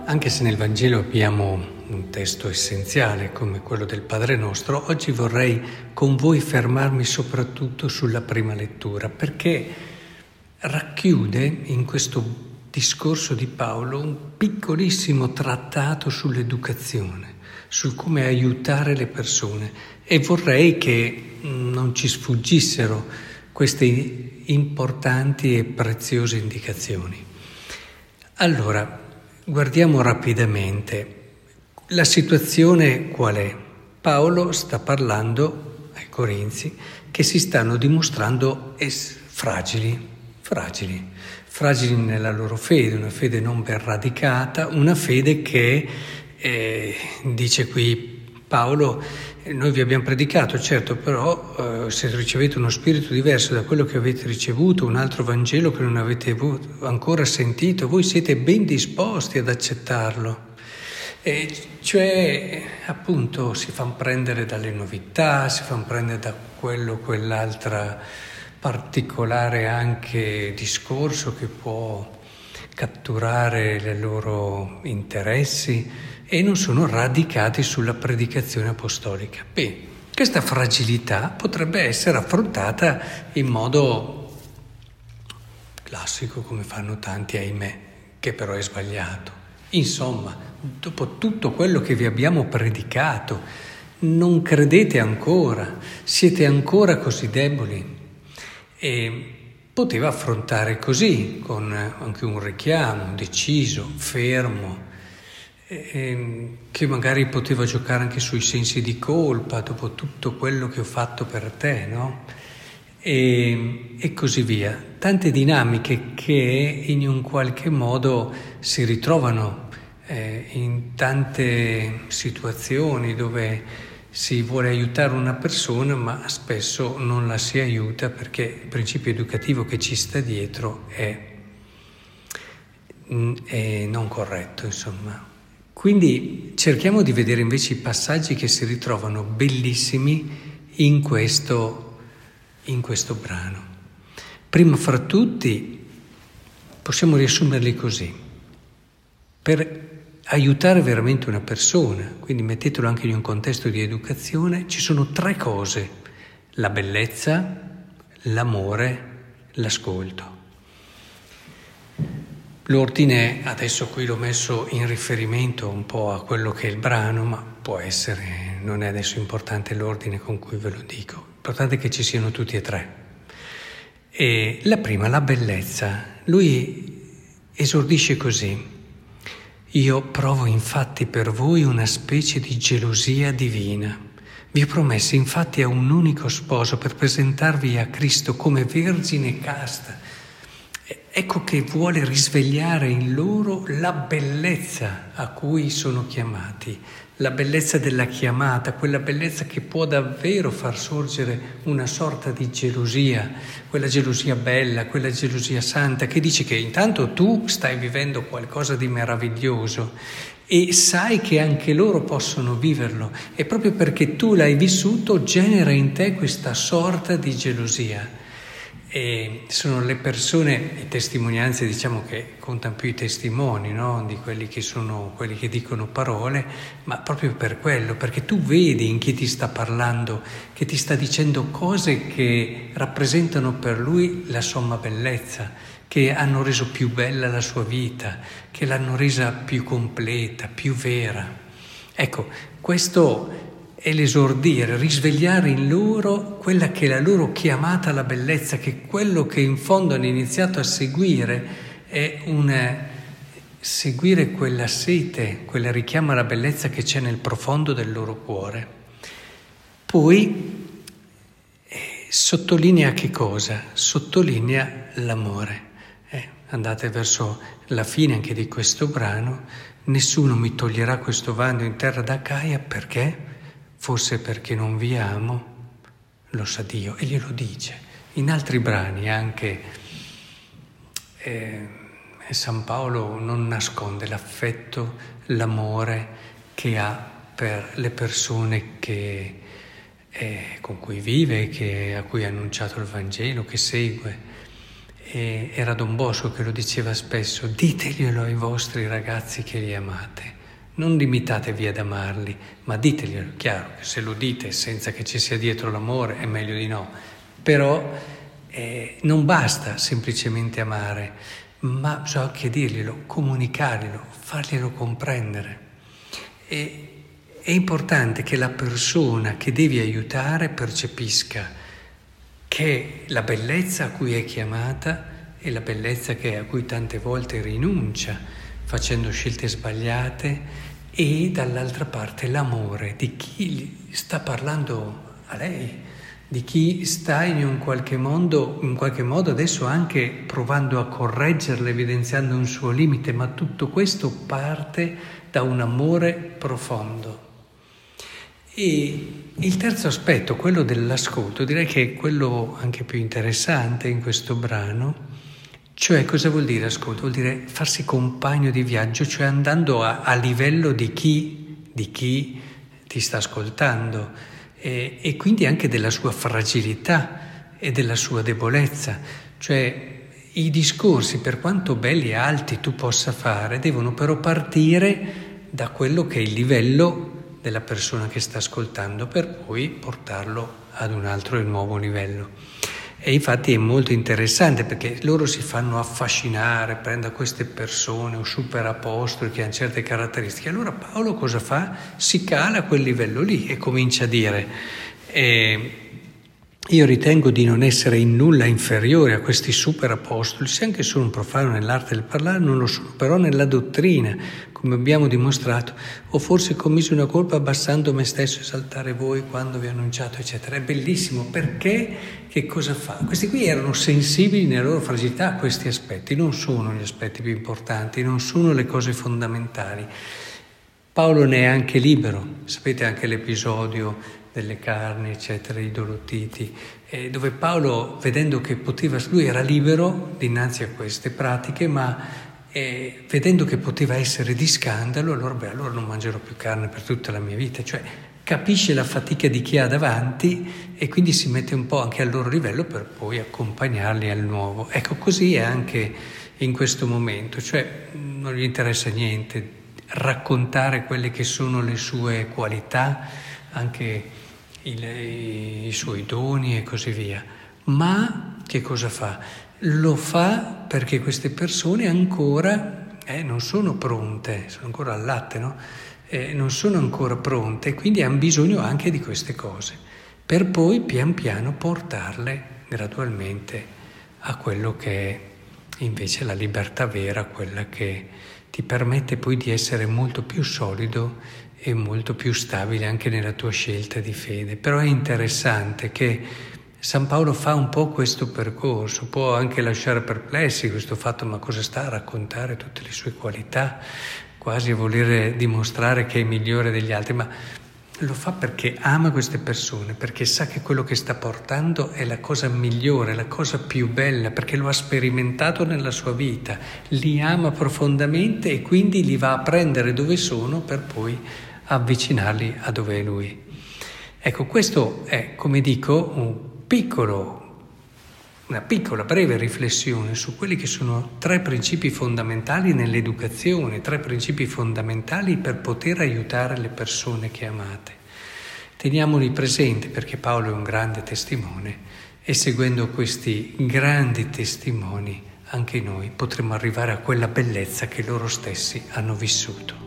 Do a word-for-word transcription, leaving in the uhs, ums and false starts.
Anche se nel Vangelo abbiamo un testo essenziale come quello del Padre Nostro, oggi vorrei con voi fermarmi soprattutto sulla prima lettura, perché racchiude in questo discorso di Paolo un piccolissimo trattato sull'educazione, sul come aiutare le persone, e vorrei che non ci sfuggissero queste importanti e preziose indicazioni. Allora, guardiamo rapidamente. La situazione qual è? Paolo sta parlando ai Corinzi che si stanno dimostrando es- fragili, fragili, fragili nella loro fede, una fede non ben radicata, una fede che, eh, dice qui Paolo, noi vi abbiamo predicato, certo, però eh, se ricevete uno spirito diverso da quello che avete ricevuto, un altro Vangelo che non avete ancora sentito, voi siete ben disposti ad accettarlo. E cioè, appunto, si fanno prendere dalle novità, si fanno prendere da quello, quell'altra particolare anche discorso che può catturare i loro interessi, e non sono radicati sulla predicazione apostolica. Beh, questa fragilità potrebbe essere affrontata in modo classico, come fanno tanti, ahimè, che però è sbagliato. Insomma, dopo tutto quello che vi abbiamo predicato, non credete ancora, siete ancora così deboli. E poteva affrontare così, con anche un richiamo deciso, fermo, che magari poteva giocare anche sui sensi di colpa dopo tutto quello che ho fatto per te, no? E, e così via. Tante dinamiche che in un qualche modo si ritrovano eh, in tante situazioni dove si vuole aiutare una persona, ma spesso non la si aiuta perché il principio educativo che ci sta dietro è, è non corretto, insomma. Quindi cerchiamo di vedere invece i passaggi che si ritrovano bellissimi in questo, in questo brano. Prima fra tutti possiamo riassumerli così. Per aiutare veramente una persona, quindi mettetelo anche in un contesto di educazione, ci sono tre cose: la bellezza, l'amore, l'ascolto. L'ordine adesso qui l'ho messo in riferimento un po' a quello che è il brano, ma può essere, non è adesso importante l'ordine con cui ve lo dico, l'importante è che ci siano tutti e tre. E la prima, la bellezza, lui esordisce così: io provo infatti per voi una specie di gelosia divina. Vi ho promesso infatti a un unico sposo per presentarvi a Cristo come vergine casta. Ecco che vuole risvegliare in loro la bellezza a cui sono chiamati, la bellezza della chiamata, quella bellezza che può davvero far sorgere una sorta di gelosia, quella gelosia bella, quella gelosia santa, che dice che intanto tu stai vivendo qualcosa di meraviglioso e sai che anche loro possono viverlo, e proprio perché tu l'hai vissuto genera in te questa sorta di gelosia. E sono le persone, le testimonianze, diciamo che contano più i testimoni, no? Di quelli che sono quelli che dicono parole, ma proprio per quello, perché tu vedi in chi ti sta parlando, che ti sta dicendo cose che rappresentano per lui la somma bellezza, che hanno reso più bella la sua vita, che l'hanno resa più completa, più vera. Ecco, questo è l'esordire, risvegliare in loro quella che è la loro chiamata alla bellezza, che quello che in fondo hanno iniziato a seguire è un seguire quella sete, quella richiama alla bellezza che c'è nel profondo del loro cuore. Poi eh, sottolinea che cosa? Sottolinea l'amore. Eh, andate verso la fine anche di questo brano: nessuno mi toglierà questo vanto in terra d'Acaia, perché? Forse perché non vi amo, lo sa Dio, e glielo dice. In altri brani anche eh, San Paolo non nasconde l'affetto, l'amore che ha per le persone che, eh, con cui vive, che, a cui ha annunciato il Vangelo, che segue. E era Don Bosco che lo diceva spesso: diteglielo ai vostri ragazzi che li amate, non limitatevi ad amarli, ma diteglielo. Chiaro che se lo dite senza che ci sia dietro l'amore è meglio di no, però eh, non basta semplicemente amare, ma bisogna anche dirglielo, comunicarglielo, farglielo comprendere. E è importante che la persona che devi aiutare percepisca che la bellezza a cui è chiamata è la bellezza che, a cui tante volte rinuncia facendo scelte sbagliate, e dall'altra parte l'amore di chi sta parlando a lei, di chi sta in un qualche modo, in qualche modo adesso anche provando a correggerla, evidenziando un suo limite, ma tutto questo parte da un amore profondo. E il terzo aspetto, quello dell'ascolto, direi che è quello anche più interessante in questo brano. Cioè, cosa vuol dire ascolto? Vuol dire farsi compagno di viaggio, cioè andando a, a livello di chi, di chi ti sta ascoltando, e, e quindi anche della sua fragilità e della sua debolezza. Cioè, i discorsi, per quanto belli e alti tu possa fare, devono però partire da quello che è il livello della persona che sta ascoltando, per poi portarlo ad un altro e nuovo livello. E infatti è molto interessante, perché loro si fanno affascinare, prende queste persone o super apostoli che hanno certe caratteristiche. Allora Paolo cosa fa? Si cala a quel livello lì e comincia a dire: eh, io ritengo di non essere in nulla inferiore a questi super apostoli, se anche sono un profano nell'arte del parlare, non lo sono però nella dottrina, come abbiamo dimostrato. O forse commisi una colpa abbassando me stesso, esaltare voi quando vi ho annunciato, eccetera. È bellissimo, perché che cosa fa? Questi qui erano sensibili nella loro fragilità a questi aspetti, non sono gli aspetti più importanti, non sono le cose fondamentali. Paolo ne è anche libero, sapete anche l'episodio delle carni, eccetera, i Dolotiti, eh, dove Paolo, vedendo che poteva, lui era libero dinanzi a queste pratiche, ma eh, vedendo che poteva essere di scandalo, allora, beh, allora non mangerò più carne per tutta la mia vita. Cioè, capisce la fatica di chi ha davanti e quindi si mette un po' anche al loro livello per poi accompagnarli al nuovo. Ecco, così è anche in questo momento, cioè non gli interessa niente raccontare quelle che sono le sue qualità, anche i, i suoi doni e così via. Ma che cosa fa? Lo fa perché queste persone ancora eh, non sono pronte, sono ancora al latte, no? Eh, non sono ancora pronte, quindi hanno bisogno anche di queste cose, per poi pian piano portarle gradualmente a quello che è invece la libertà vera, quella che ti permette poi di essere molto più solido e molto più stabile anche nella tua scelta di fede. Però è interessante che San Paolo fa un po' questo percorso, può anche lasciare perplessi questo fatto, ma cosa sta a raccontare tutte le sue qualità, quasi a voler dimostrare che è migliore degli altri, ma lo fa perché ama queste persone, perché sa che quello che sta portando è la cosa migliore, la cosa più bella, perché lo ha sperimentato nella sua vita, li ama profondamente e quindi li va a prendere dove sono per poi avvicinarli a dove è lui. Ecco, questo è, come dico, un piccolo una piccola, breve riflessione su quelli che sono tre principi fondamentali nell'educazione, tre principi fondamentali per poter aiutare le persone che amate. Teniamoli presenti, perché Paolo è un grande testimone e seguendo questi grandi testimoni anche noi potremo arrivare a quella bellezza che loro stessi hanno vissuto.